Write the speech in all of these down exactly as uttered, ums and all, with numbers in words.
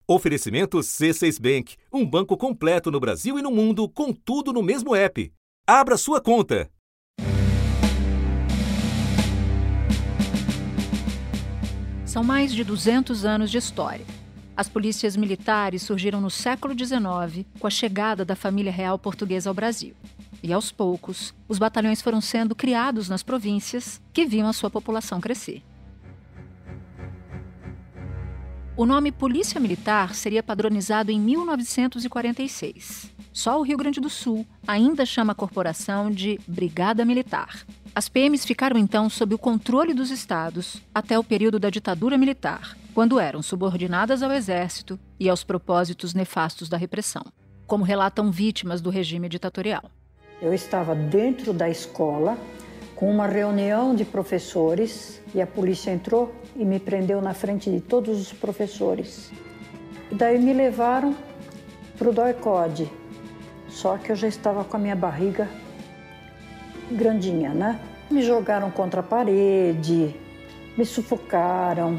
Oferecimento C seis Bank, um banco completo no Brasil e no mundo, com tudo no mesmo app. Abra sua conta. São mais de duzentos anos de história. As polícias militares surgiram no século dezenove com a chegada da família real portuguesa ao Brasil. E, aos poucos, os batalhões foram sendo criados nas províncias que viam a sua população crescer. O nome Polícia Militar seria padronizado em mil novecentos e quarenta e seis. Só o Rio Grande do Sul ainda chama a corporação de Brigada Militar. As P Ms ficaram então sob o controle dos estados até o período da ditadura militar, quando eram subordinadas ao exército e aos propósitos nefastos da repressão, como relatam vítimas do regime ditatorial. Eu estava dentro da escola com uma reunião de professores e a polícia entrou e me prendeu na frente de todos os professores. E daí me levaram para o D O I-C O D, só que eu já estava com a minha barriga grandinha, né? Me jogaram contra a parede, me sufocaram.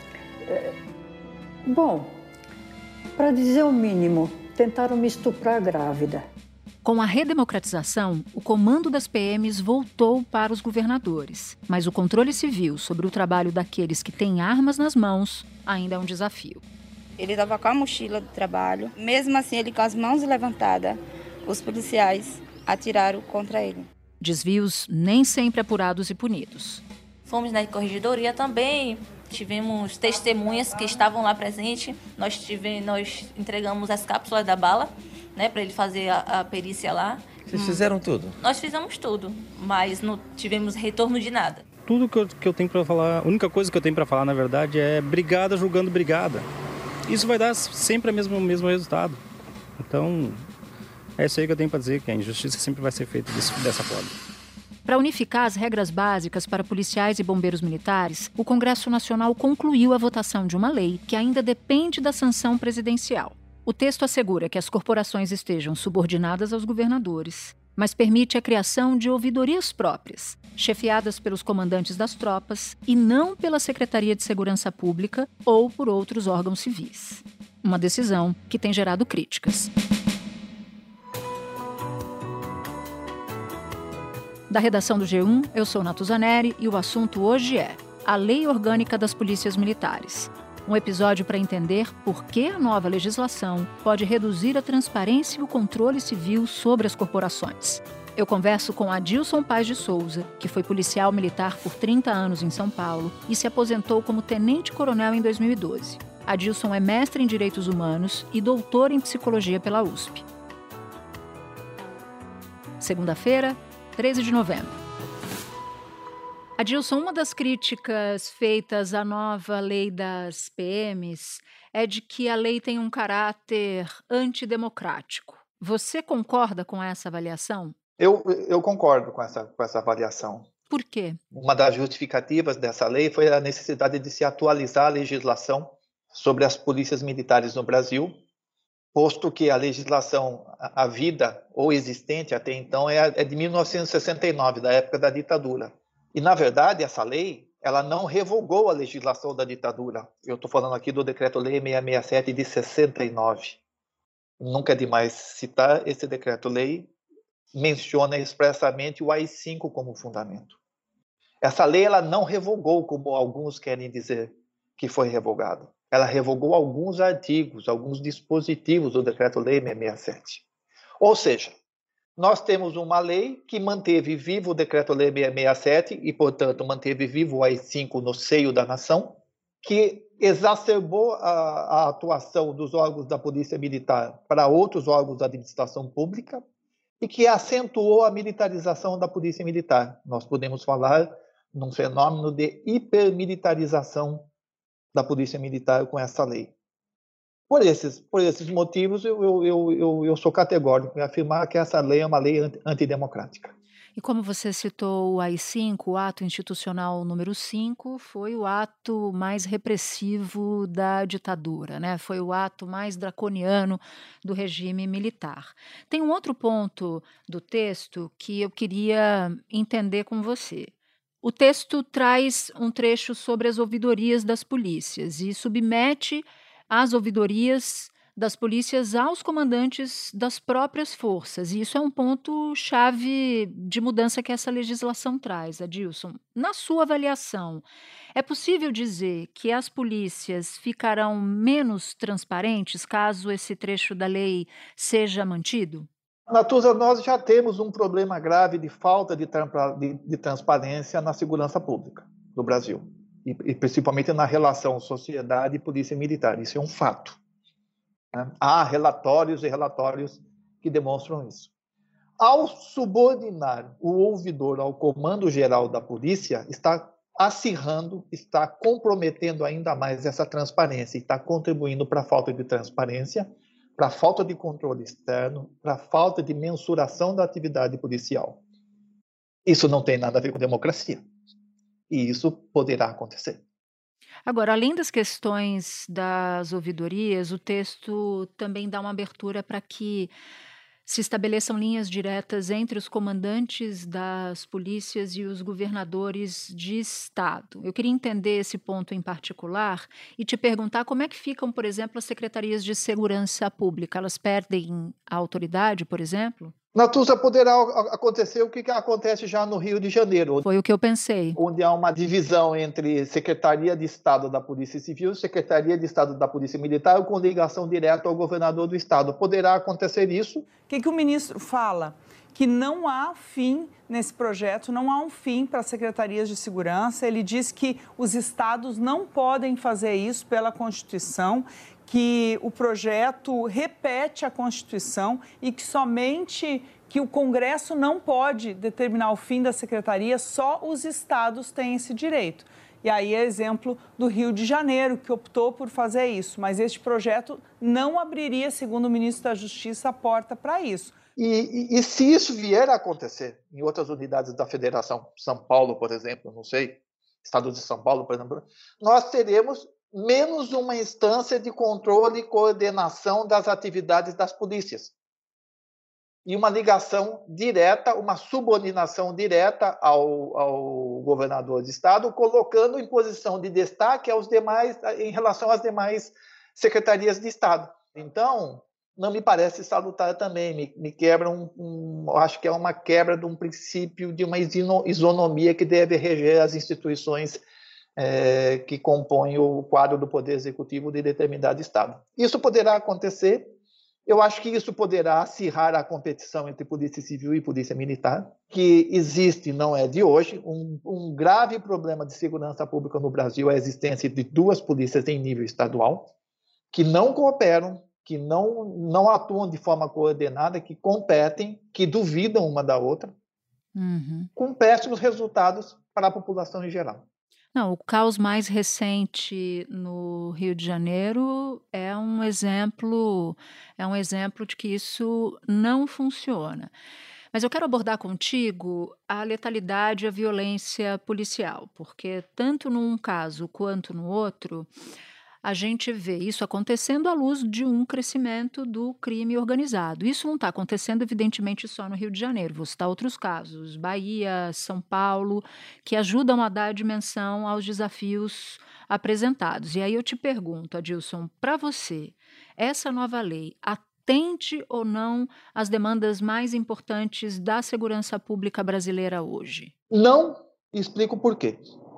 Bom, para dizer o mínimo, tentaram me estuprar grávida. Com a redemocratização, o comando das P Ms voltou para os governadores, mas o controle civil sobre o trabalho daqueles que têm armas nas mãos ainda é um desafio. Ele estava com a mochila do trabalho, mesmo assim ele com as mãos levantadas, os policiais atiraram contra ele. Desvios nem sempre apurados e punidos. Fomos na corregedoria também, tivemos testemunhas que estavam lá presentes, nós, tivemos, nós entregamos as cápsulas da bala, né, para ele fazer a, a perícia lá. Vocês fizeram tudo? Nós fizemos tudo, mas não tivemos retorno de nada. Tudo que eu, que eu tenho para falar, a única coisa que eu tenho para falar, na verdade, é brigada julgando brigada. Isso vai dar sempre o mesmo, mesmo resultado. Então, é isso aí que eu tenho para dizer, que a injustiça sempre vai ser feita desse, dessa forma. Para unificar as regras básicas para policiais e bombeiros militares, o Congresso Nacional concluiu a votação de uma lei que ainda depende da sanção presidencial. O texto assegura que as corporações estejam subordinadas aos governadores, mas permite a criação de ouvidorias próprias, chefiadas pelos comandantes das tropas e não pela Secretaria de Segurança Pública ou por outros órgãos civis. Uma decisão que tem gerado críticas. Da redação do G um, eu sou Natuzaneri e o assunto hoje é a Lei Orgânica das Polícias Militares. Um episódio para entender por que a nova legislação pode reduzir a transparência e o controle civil sobre as corporações. Eu converso com Adilson Paz de Souza, que foi policial militar por trinta anos em São Paulo e se aposentou como tenente-coronel em dois mil e doze. Adilson é mestre em Direitos Humanos e doutor em Psicologia pela U S P. Segunda-feira, treze de novembro. Adilson, uma das críticas feitas à nova lei das P Ms é de que a lei tem um caráter antidemocrático. Você concorda com essa avaliação? Eu, eu concordo com essa, com essa avaliação. Por quê? Uma das justificativas dessa lei foi a necessidade de se atualizar a legislação sobre as polícias militares no Brasil, posto que a legislação, a vida ou existente até então, é de mil novecentos e sessenta e nove, da época da ditadura. E, na verdade, essa lei, ela não revogou a legislação da ditadura. Eu estou falando aqui do Decreto-Lei seiscentos e sessenta e sete de sessenta e nove. Nunca é demais citar, esse Decreto-Lei menciona expressamente o A I cinco como fundamento. Essa lei ela não revogou, como alguns querem dizer que foi revogado. Ela revogou alguns artigos, alguns dispositivos do Decreto-Lei seiscentos e sessenta e sete. Ou seja, nós temos uma lei que manteve vivo o Decreto-Lei seiscentos e sessenta e sete e, portanto, manteve vivo o A I cinco no seio da nação, que exacerbou a, a atuação dos órgãos da Polícia Militar para outros órgãos da administração pública e que acentuou a militarização da Polícia Militar. Nós podemos falar num fenômeno de hipermilitarização da Polícia Militar com essa lei. Por esses, por esses motivos, eu, eu, eu, eu sou categórico em afirmar que essa lei é uma lei antidemocrática. E como você citou o A I cinco, o ato institucional número cinco, foi o ato mais repressivo da ditadura, né? Foi o ato mais draconiano do regime militar. Tem um outro ponto do texto que eu queria entender com você. O texto traz um trecho sobre as ouvidorias das polícias e submete as ouvidorias das polícias aos comandantes das próprias forças. E isso é um ponto-chave de mudança que essa legislação traz, Adilson. Na sua avaliação, é possível dizer que as polícias ficarão menos transparentes caso esse trecho da lei seja mantido? Natuza, nós já temos um problema grave de falta de, de, de transparência na segurança pública do Brasil, e, e principalmente na relação sociedade e polícia militar. Isso é um fato. Né? Há relatórios e relatórios que demonstram isso. Ao subordinar o ouvidor ao comando geral da polícia, está acirrando, está comprometendo ainda mais essa transparência, está contribuindo para a falta de transparência, para a falta de controle externo, para a falta de mensuração da atividade policial. Isso não tem nada a ver com democracia. E isso poderá acontecer. Agora, além das questões das ouvidorias, o texto também dá uma abertura para que se estabeleçam linhas diretas entre os comandantes das polícias e os governadores de estado. Eu queria entender esse ponto em particular e te perguntar como é que ficam, por exemplo, as secretarias de segurança pública. Elas perdem a autoridade, por exemplo? Natuza, poderá acontecer o que acontece já no Rio de Janeiro. Foi o que eu pensei. Onde há uma divisão entre Secretaria de Estado da Polícia Civil e Secretaria de Estado da Polícia Militar, com ligação direta ao governador do estado. Poderá acontecer isso? O que, que o ministro fala? Que não há fim nesse projeto, não há um fim para as secretarias de segurança. Ele diz que os estados não podem fazer isso pela Constituição, que o projeto repete a Constituição e que somente que o Congresso não pode determinar o fim da secretaria, só os estados têm esse direito. E aí é exemplo do Rio de Janeiro, que optou por fazer isso. Mas este projeto não abriria, segundo o ministro da Justiça, a porta para isso. E, e, e se isso vier a acontecer em outras unidades da Federação, São Paulo, por exemplo, não sei, Estado de São Paulo, por exemplo, nós teremos menos uma instância de controle e coordenação das atividades das polícias. E uma ligação direta, uma subordinação direta ao, ao governador de estado, colocando em posição de destaque aos demais, em relação às demais secretarias de estado. Então, não me parece salutar também, me, me quebra um, um, acho que é uma quebra de um princípio, de uma isonomia que deve reger as instituições é, que compõem o quadro do Poder Executivo de determinado estado. Isso poderá acontecer. Eu acho que isso poderá acirrar a competição entre Polícia Civil e Polícia Militar, que existe, não é de hoje. Um, um grave problema de segurança pública no Brasil é a existência de duas polícias em nível estadual, que não cooperam, que não, não atuam de forma coordenada, que competem, que duvidam uma da outra, uhum. com péssimos resultados para a população em geral. Não, o caos mais recente no Rio de Janeiro é um exemplo, é um exemplo de que isso não funciona. Mas eu quero abordar contigo a letalidade e a violência policial, porque tanto num caso quanto no outro, a gente vê isso acontecendo à luz de um crescimento do crime organizado. Isso não está acontecendo, evidentemente, só no Rio de Janeiro. Vou citar outros casos, Bahia, São Paulo, que ajudam a dar dimensão aos desafios apresentados. E aí eu te pergunto, Adilson, para você, essa nova lei atende ou não às demandas mais importantes da segurança pública brasileira hoje? Não, explico por quê.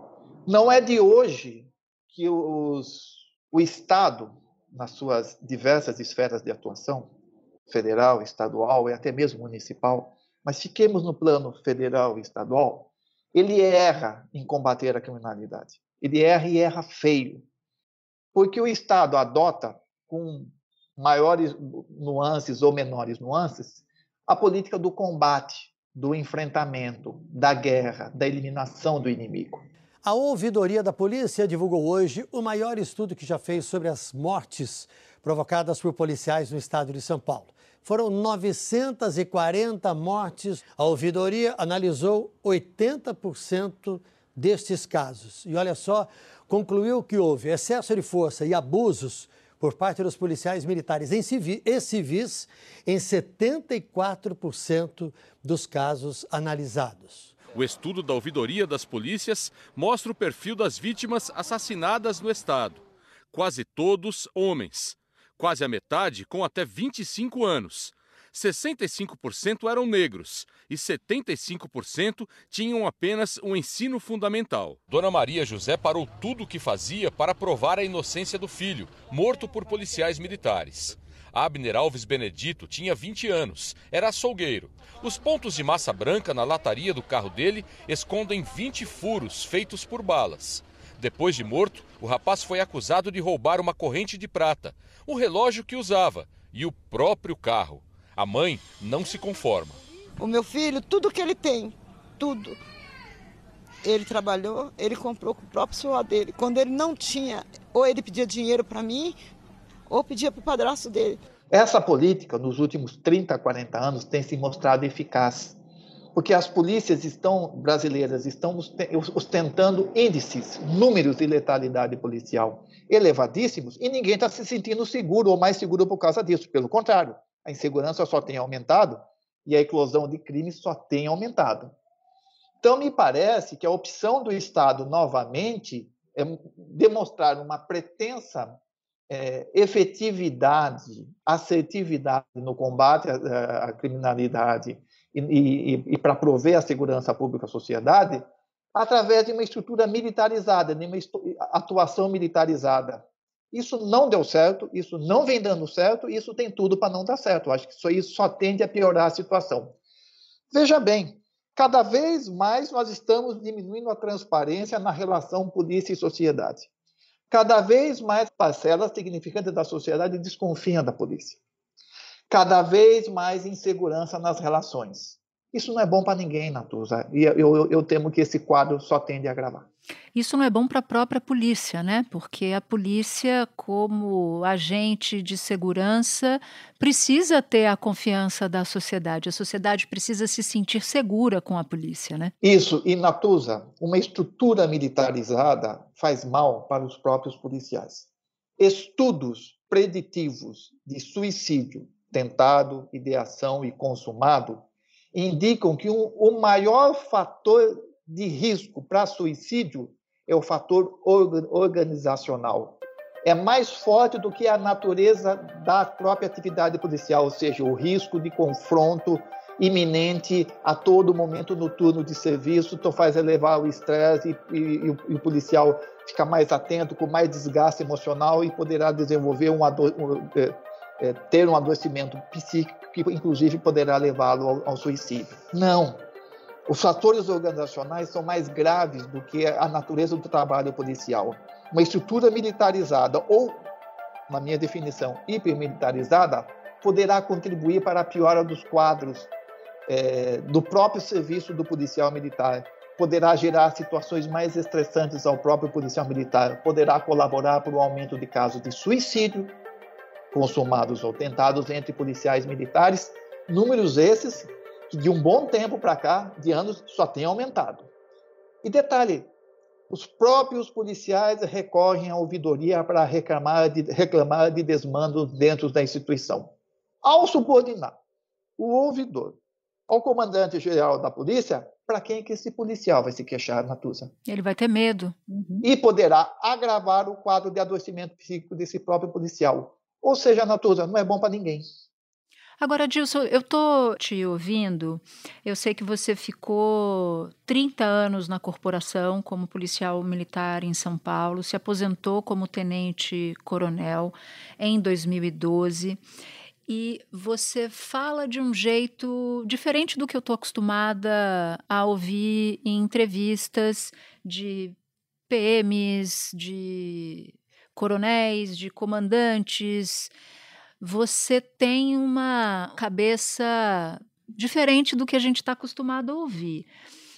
Não é de hoje que os O Estado, nas suas diversas esferas de atuação, federal, estadual e até mesmo municipal, mas fiquemos no plano federal e estadual, ele erra em combater a criminalidade. Ele erra e erra feio. Porque o Estado adota, com maiores nuances ou menores nuances, a política do combate, do enfrentamento, da guerra, da eliminação do inimigo. A Ouvidoria da Polícia divulgou hoje o maior estudo que já fez sobre as mortes provocadas por policiais no estado de São Paulo. Foram novecentas e quarenta mortes. A Ouvidoria analisou oitenta por cento destes casos. E olha só, concluiu que houve excesso de força e abusos por parte dos policiais militares e civis em setenta e quatro por cento dos casos analisados. O estudo da Ouvidoria das Polícias mostra o perfil das vítimas assassinadas no estado. quase todos homens, quase a metade com até vinte e cinco anos. sessenta e cinco por cento eram negros e setenta e cinco por cento tinham apenas um ensino fundamental. Dona Maria José parou tudo o que fazia para provar a inocência do filho, morto por policiais militares. Abner Alves Benedito tinha vinte anos, era açougueiro. Os pontos de massa branca na lataria do carro dele escondem vinte furos feitos por balas. Depois de morto, o rapaz foi acusado de roubar uma corrente de prata, o relógio que usava e o próprio carro. A mãe não se conforma. O meu filho, tudo que ele tem, tudo. Ele trabalhou, ele comprou com o próprio suor dele. Quando ele não tinha, ou ele pedia dinheiro para mim, ou pedia para o padrasto dele. Essa política, nos últimos trinta, quarenta anos, tem se mostrado eficaz. Porque as polícias estão, brasileiras estão ostentando índices, números de letalidade policial elevadíssimos e ninguém está se sentindo seguro ou mais seguro por causa disso. Pelo contrário, a insegurança só tem aumentado e a eclosão de crimes só tem aumentado. Então, me parece que a opção do Estado, novamente, é demonstrar uma pretensa é, efetividade, assertividade no combate à, à criminalidade e, e, e para prover a segurança pública à sociedade, através de uma estrutura militarizada, de uma atuação militarizada. Isso não deu certo, isso não vem dando certo, isso tem tudo para não dar certo. Eu acho que isso aí só tende a piorar a situação. Veja bem, cada vez mais nós estamos diminuindo a transparência na relação polícia e sociedade. Cada vez mais parcelas significantes da sociedade desconfiam da polícia. Cada vez mais insegurança nas relações. Isso não é bom para ninguém, Natuza, e eu, eu, eu temo que esse quadro só tende a agravar. Isso não é bom para a própria polícia, né? Porque a polícia, como agente de segurança, precisa ter a confiança da sociedade. A sociedade precisa se sentir segura com a polícia, né? Isso, e Natuza, uma estrutura militarizada faz mal para os próprios policiais. Estudos preditivos de suicídio tentado, ideação e consumado indicam que um, o maior fator de risco para suicídio é o fator organizacional. É mais forte do que a natureza da própria atividade policial, ou seja, o risco de confronto iminente a todo momento no turno de serviço, então faz elevar o estresse e, e, e o policial fica mais atento, com mais desgaste emocional e poderá desenvolver um, ado- um é, é, ter um adoecimento psíquico que, inclusive, poderá levá-lo ao, ao suicídio. Não. Os fatores organizacionais são mais graves do que a natureza do trabalho policial. Uma estrutura militarizada ou, na minha definição, hipermilitarizada, poderá contribuir para a piora dos quadros é, do próprio serviço do policial militar, poderá gerar situações mais estressantes ao próprio policial militar, poderá colaborar para o aumento de casos de suicídio consumados ou tentados entre policiais militares, números esses que de um bom tempo para cá, de anos, só tem aumentado. E detalhe, os próprios policiais recorrem à ouvidoria para reclamar de, reclamar de desmandos dentro da instituição. Ao subordinar o ouvidor ao comandante-geral da polícia, para quem que esse policial vai se queixar, Natuza? Ele vai ter medo. Uhum. E poderá agravar o quadro de adoecimento psíquico desse próprio policial. Ou seja, Natuza, não é bom para ninguém. Agora, Dilson, eu estou te ouvindo, eu sei que você ficou trinta anos na corporação como policial militar em São Paulo, se aposentou como tenente-coronel em dois mil e doze e você fala de um jeito diferente do que eu estou acostumada a ouvir em entrevistas de P Ms, de coronéis, de comandantes. Você tem uma cabeça diferente do que a gente está acostumado a ouvir.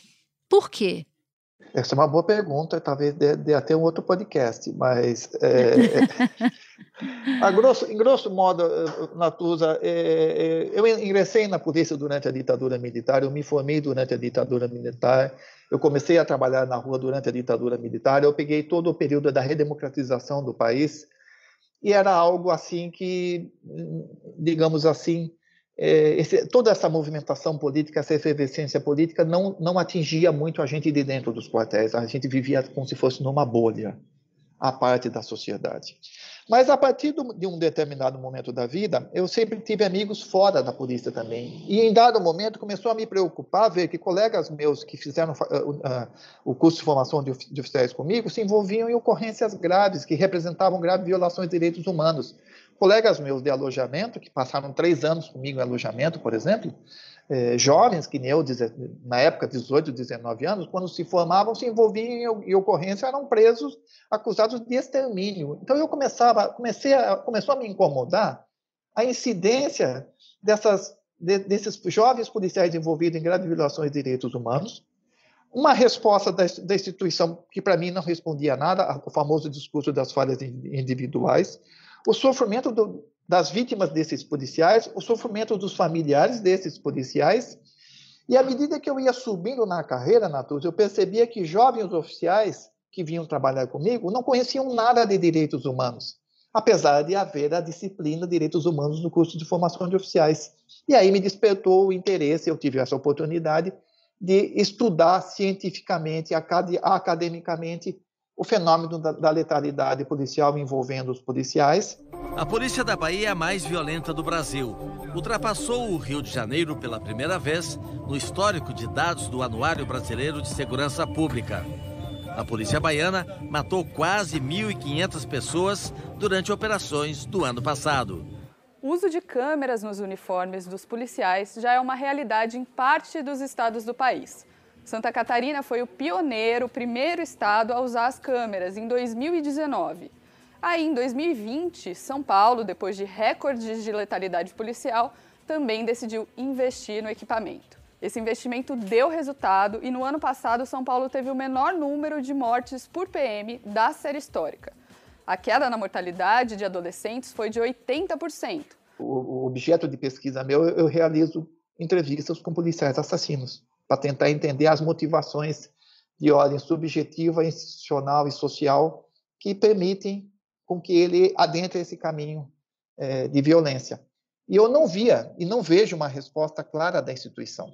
Por quê? Essa é uma boa pergunta, talvez dê, dê até um outro podcast, mas é, é, a grosso, em grosso modo, Natuza, é, é, eu ingressei na polícia durante a ditadura militar, eu me formei durante a ditadura militar, eu comecei a trabalhar na rua durante a ditadura militar, eu peguei todo o período da redemocratização do país, e era algo assim que, digamos assim, é, esse, toda essa movimentação política, essa efervescência política não, não atingia muito a gente de dentro dos quartéis. A gente vivia como se fosse numa bolha. à parte da sociedade. Mas a partir de um determinado momento da vida, eu sempre tive amigos fora da polícia também. E em dado momento começou a me preocupar ver que colegas meus que fizeram uh, uh, o curso de formação de oficiais comigo se envolviam em ocorrências graves, que representavam graves violações de direitos humanos. Colegas meus de alojamento, que passaram três anos comigo em alojamento, por exemplo, eh, jovens que nem eu, na época, dezoito, dezenove anos, quando se formavam, se envolviam em, em ocorrência, eram presos, acusados de extermínio. Então, eu começava, comecei a, começou a me incomodar a incidência dessas, de, desses jovens policiais envolvidos em graves violações de direitos humanos, uma resposta da, da instituição que, para mim, não respondia a nada, o famoso discurso das falhas individuais, o sofrimento do, das vítimas desses policiais, o sofrimento dos familiares desses policiais, e à medida que eu ia subindo na carreira, Natuz, eu percebia que jovens oficiais que vinham trabalhar comigo não conheciam nada de direitos humanos, apesar de haver a disciplina de direitos humanos no curso de formação de oficiais. E aí me despertou o interesse, eu tive essa oportunidade de estudar cientificamente, academicamente, o fenômeno da, da letalidade policial envolvendo os policiais. A polícia da Bahia é a mais violenta do Brasil. Ultrapassou o Rio de Janeiro pela primeira vez no histórico de dados do Anuário Brasileiro de Segurança Pública. A polícia baiana matou quase mil e quinhentas pessoas durante operações do ano passado. O uso de câmeras nos uniformes dos policiais já é uma realidade em parte dos estados do país. Santa Catarina foi o pioneiro, o primeiro estado a usar as câmeras, em dois mil e dezenove. Aí, em dois mil e vinte, São Paulo, depois de recordes de letalidade policial, também decidiu investir no equipamento. Esse investimento deu resultado e, no ano passado, São Paulo teve o menor número de mortes por P M da série histórica. A queda na mortalidade de adolescentes foi de oitenta por cento. O objeto de pesquisa meu, eu realizo entrevistas com policiais assassinos, para tentar entender as motivações de ordem subjetiva, institucional e social que permitem com que ele adentre esse caminho é, de violência. E eu não via e não vejo uma resposta clara da instituição.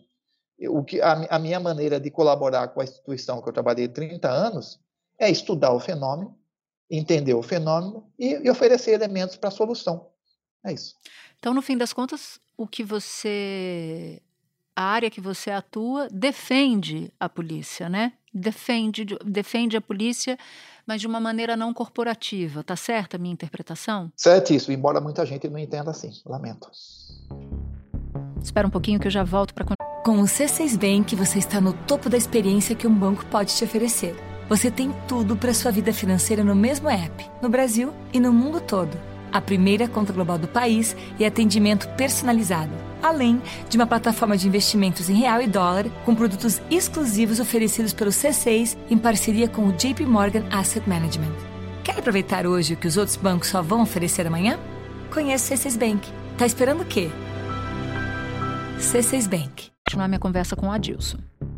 O que, a, a minha maneira de colaborar com a instituição, que eu trabalhei trinta anos, é estudar o fenômeno, entender o fenômeno e, e oferecer elementos para a solução. É isso. Então, no fim das contas, o que você... a área que você atua defende a polícia, né? Defende, defende a polícia, mas de uma maneira não corporativa. Tá certa a minha interpretação? Certíssimo, embora muita gente não entenda assim. Lamento. Espera um pouquinho que eu já volto para... Com o C seis Bank, você está no topo da experiência que um banco pode te oferecer. Você tem tudo para sua vida financeira no mesmo app, no Brasil e no mundo todo. A primeira conta global do país e atendimento personalizado, além de uma plataforma de investimentos em real e dólar com produtos exclusivos oferecidos pelo C seis em parceria com o J P Morgan Asset Management. Quer aproveitar hoje o que os outros bancos só vão oferecer amanhã? Conheça o C seis Bank. Tá esperando o quê? C seis Bank. Vou continuar minha conversa com o Adilson.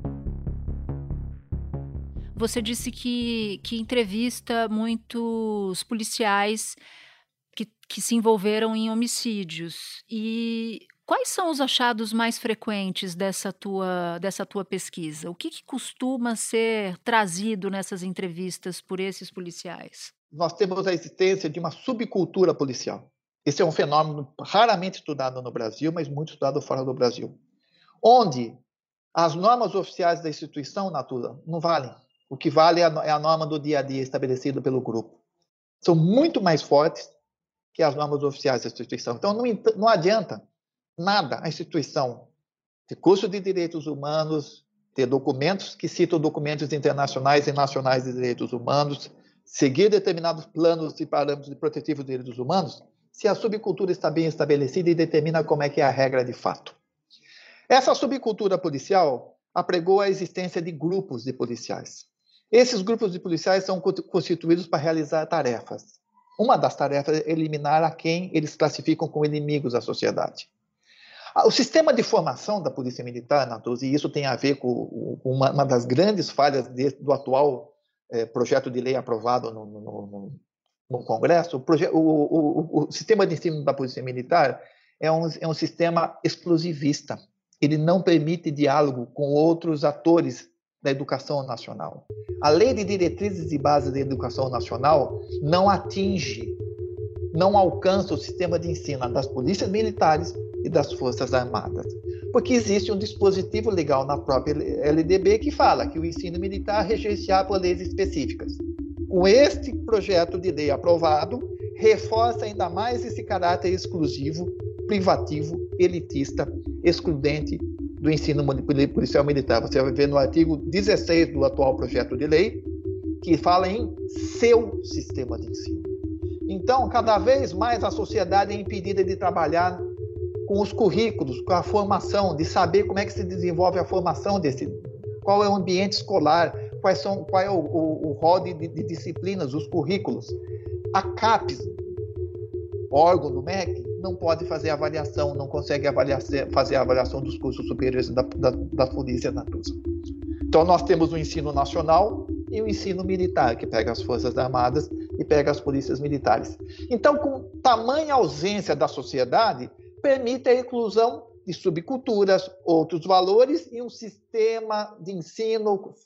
Você disse que, que entrevista muitos policiais que, que se envolveram em homicídios. E quais são os achados mais frequentes dessa tua, dessa tua pesquisa? O que, que costuma ser trazido nessas entrevistas por esses policiais? Nós temos a existência de uma subcultura policial. Esse é um fenômeno raramente estudado no Brasil, mas muito estudado fora do Brasil. Onde as normas oficiais da instituição, Natura, não valem. O que vale é a norma do dia a dia estabelecida pelo grupo. São muito mais fortes que as normas oficiais da instituição. Então, não, não adianta nada a instituição ter curso de direitos humanos, ter documentos que citam documentos internacionais e nacionais de direitos humanos, seguir determinados planos e parâmetros protetivos de direitos humanos, se a subcultura está bem estabelecida e determina como é que é a regra de fato. Essa subcultura policial apregou a existência de grupos de policiais. Esses grupos de policiais são constituídos para realizar tarefas. Uma das tarefas é eliminar a quem eles classificam como inimigos da sociedade. O sistema de formação da Polícia Militar, Natus, e isso tem a ver com uma, uma das grandes falhas de, do atual eh, projeto de lei aprovado no, no, no, no Congresso, o, proje, o, o, o sistema de ensino da Polícia Militar é um, é um sistema exclusivista. Ele não permite diálogo com outros atores da Educação Nacional. A Lei de Diretrizes e Bases da Educação Nacional não atinge, não alcança o sistema de ensino das polícias militares e das Forças Armadas. Porque existe um dispositivo legal na própria L D B que fala que o ensino militar é regenciado por leis específicas. Com este projeto de lei aprovado, reforça ainda mais esse caráter exclusivo, privativo, elitista, excludente do ensino policial militar. Você vai ver no artigo dezesseis do atual projeto de lei, que fala em seu sistema de ensino. Então, cada vez mais a sociedade é impedida de trabalhar com os currículos, com a formação, de saber como é que se desenvolve a formação desse, qual é o ambiente escolar, quais são, qual é o, o, o rol de, de, de disciplinas, os currículos. A CAPES, órgão do M E C, não pode fazer avaliação, não consegue avaliar, fazer a avaliação dos cursos superiores da, da, da Polícia Natuza. Então, nós temos o ensino nacional e o ensino militar, que pega as Forças Armadas e pega as polícias militares. Então, com tamanha ausência da sociedade, permite a inclusão de subculturas, outros valores e um sistema de ensino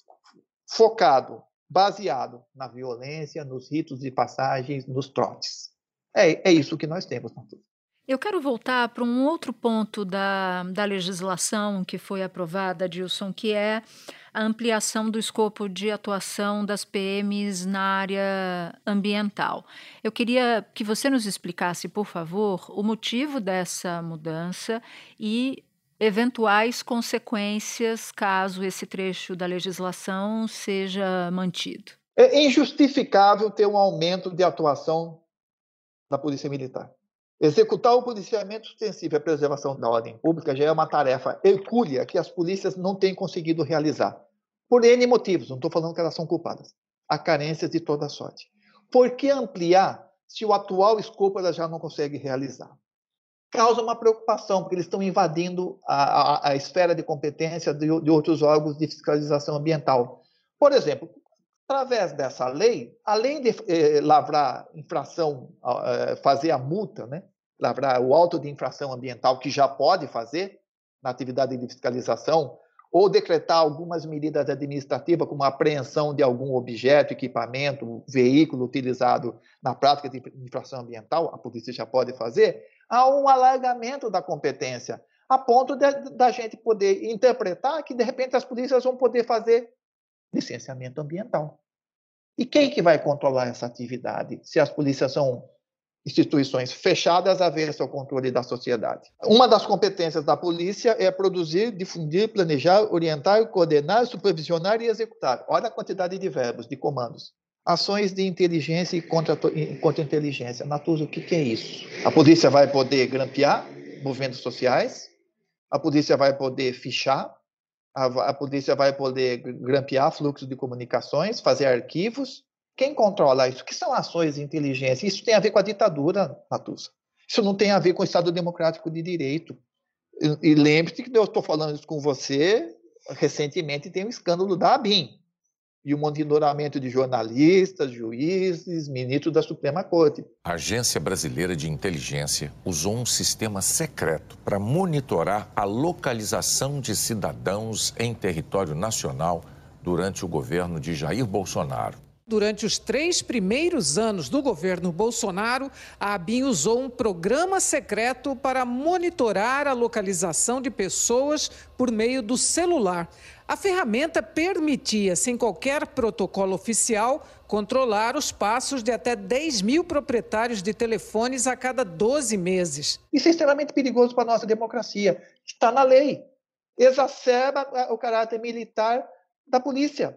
focado, baseado na violência, nos ritos de passagens, nos trotes. É, é isso que nós temos, Natuza. Eu quero voltar para um outro ponto da, da legislação que foi aprovada, Dilson, que é a ampliação do escopo de atuação das P Ms na área ambiental. Eu queria que você nos explicasse, por favor, o motivo dessa mudança e eventuais consequências caso esse trecho da legislação seja mantido. É injustificável ter um aumento de atuação da Polícia Militar. Executar o policiamento ostensivo e a preservação da ordem pública já é uma tarefa hercúlea que as polícias não têm conseguido realizar. Por N motivos, não estou falando que elas são culpadas. Há carências de toda sorte. Por que ampliar se o atual escopo elas já não conseguem realizar? Causa uma preocupação, porque eles estão invadindo a, a, a esfera de competência de, de outros órgãos de fiscalização ambiental. Por exemplo, através dessa lei, além de eh, lavrar infração, eh, fazer a multa, né? Lavrar o auto de infração ambiental, que já pode fazer na atividade de fiscalização, ou decretar algumas medidas administrativas, como a apreensão de algum objeto, equipamento, veículo utilizado na prática de infração ambiental, a polícia já pode fazer, há um alargamento da competência, a ponto de, da gente poder interpretar que, de repente, as polícias vão poder fazer licenciamento ambiental. E quem que vai controlar essa atividade, se as polícias são instituições fechadas a ver seu controle da sociedade? Uma das competências da polícia é produzir, difundir, planejar, orientar, coordenar, supervisionar e executar. Olha a quantidade de verbos, de comandos. Ações de inteligência e contra-inteligência. Natuza, o que, que é isso? A polícia vai poder grampear movimentos sociais, a polícia vai poder fichar, a, a polícia vai poder grampear fluxos de comunicações, fazer arquivos. Quem controla isso? O que são ações de inteligência? Isso tem a ver com a ditadura, Natuza. Isso não tem a ver com o Estado Democrático de Direito. E, e lembre-se que eu estou falando isso com você, recentemente tem um escândalo da ABIN, e o monitoramento de jornalistas, juízes, ministros da Suprema Corte. A Agência Brasileira de Inteligência usou um sistema secreto para monitorar a localização de cidadãos em território nacional durante o governo de Jair Bolsonaro. Durante os três primeiros anos do governo Bolsonaro, a ABIN usou um programa secreto para monitorar a localização de pessoas por meio do celular. A ferramenta permitia, sem qualquer protocolo oficial, controlar os passos de até dez mil proprietários de telefones a cada doze meses. Isso é extremamente perigoso para a nossa democracia. Está na lei. Exacerba o caráter militar da polícia.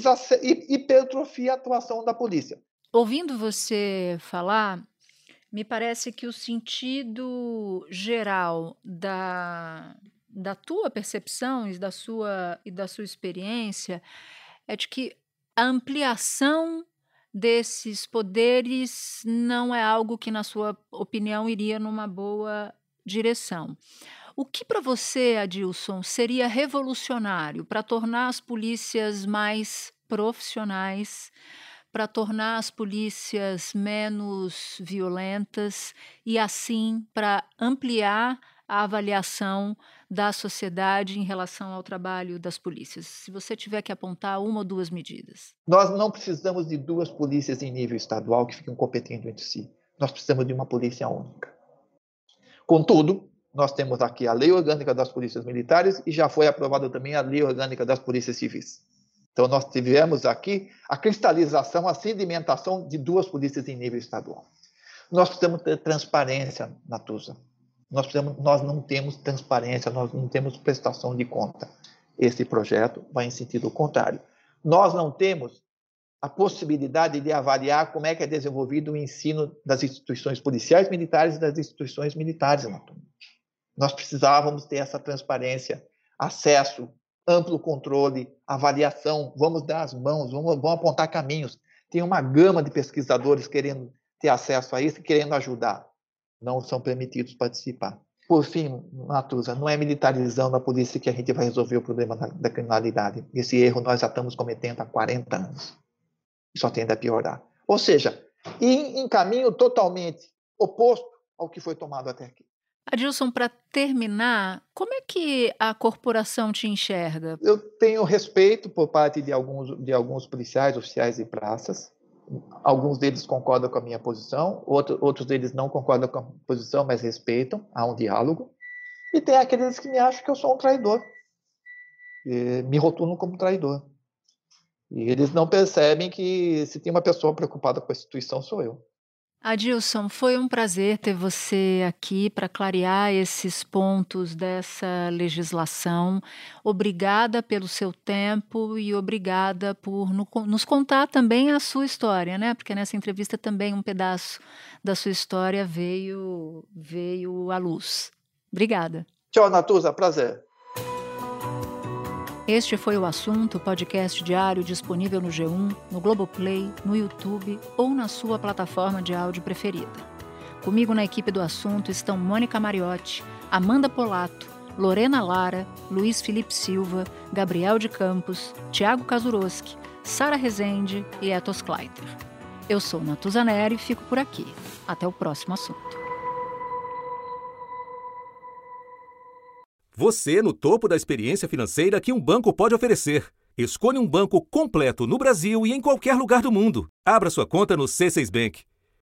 E hipertrofia a atuação da polícia. Ouvindo você falar, me parece que o sentido geral da, da tua percepção e da sua, e da sua experiência é de que a ampliação desses poderes não é algo que, na sua opinião, iria numa boa direção. O que para você, Adilson, seria revolucionário para tornar as polícias mais profissionais, para tornar as polícias menos violentas e, assim, para ampliar a avaliação da sociedade em relação ao trabalho das polícias? Se você tiver que apontar uma ou duas medidas. Nós não precisamos de duas polícias em nível estadual que fiquem competindo entre si. Nós precisamos de uma polícia única. Contudo, nós temos aqui a Lei Orgânica das Polícias Militares e já foi aprovada também a Lei Orgânica das Polícias Civis. Então, nós tivemos aqui a cristalização, a sedimentação de duas polícias em nível estadual. Nós precisamos ter transparência, Natuza. Nós, precisamos, nós não temos transparência, nós não temos prestação de conta. Esse projeto vai em sentido contrário. Nós não temos a possibilidade de avaliar como é que é desenvolvido o ensino das instituições policiais militares e das instituições militares, Natuza. Nós precisávamos ter essa transparência, acesso, amplo controle, avaliação, vamos dar as mãos, vamos, vamos apontar caminhos. Tem uma gama de pesquisadores querendo ter acesso a isso e querendo ajudar. Não são permitidos participar. Por fim, Natuza, não é militarizando a polícia que a gente vai resolver o problema da, da criminalidade. Esse erro nós já estamos cometendo há quarenta anos. E só tende a piorar. Ou seja, em, em caminho totalmente oposto ao que foi tomado até aqui. Adilson, para terminar, como é que a corporação te enxerga? Eu tenho respeito por parte de alguns, de alguns policiais, oficiais e praças. Alguns deles concordam com a minha posição, outro, outros deles não concordam com a posição, mas respeitam, há um diálogo. E tem aqueles que me acham que eu sou um traidor, e me rotulam como traidor. E eles não percebem que se tem uma pessoa preocupada com a instituição, sou eu. Adilson, foi um prazer ter você aqui para clarear esses pontos dessa legislação. Obrigada pelo seu tempo e obrigada por no, nos contar também a sua história, né? Porque nessa entrevista também um pedaço da sua história veio, veio à luz. Obrigada. Tchau, Natuza. Prazer. Este foi o Assunto, podcast diário disponível no G um, no Globoplay, no YouTube ou na sua plataforma de áudio preferida. Comigo na equipe do Assunto estão Mônica Mariotti, Amanda Polato, Lorena Lara, Luiz Felipe Silva, Gabriel de Campos, Tiago Kazuroski, Sara Rezende e Etos Kleiter. Eu sou Natuza Neri e fico por aqui. Até o próximo Assunto. Você no topo da experiência financeira que um banco pode oferecer. Escolha um banco completo no Brasil e em qualquer lugar do mundo. Abra sua conta no C seis Bank.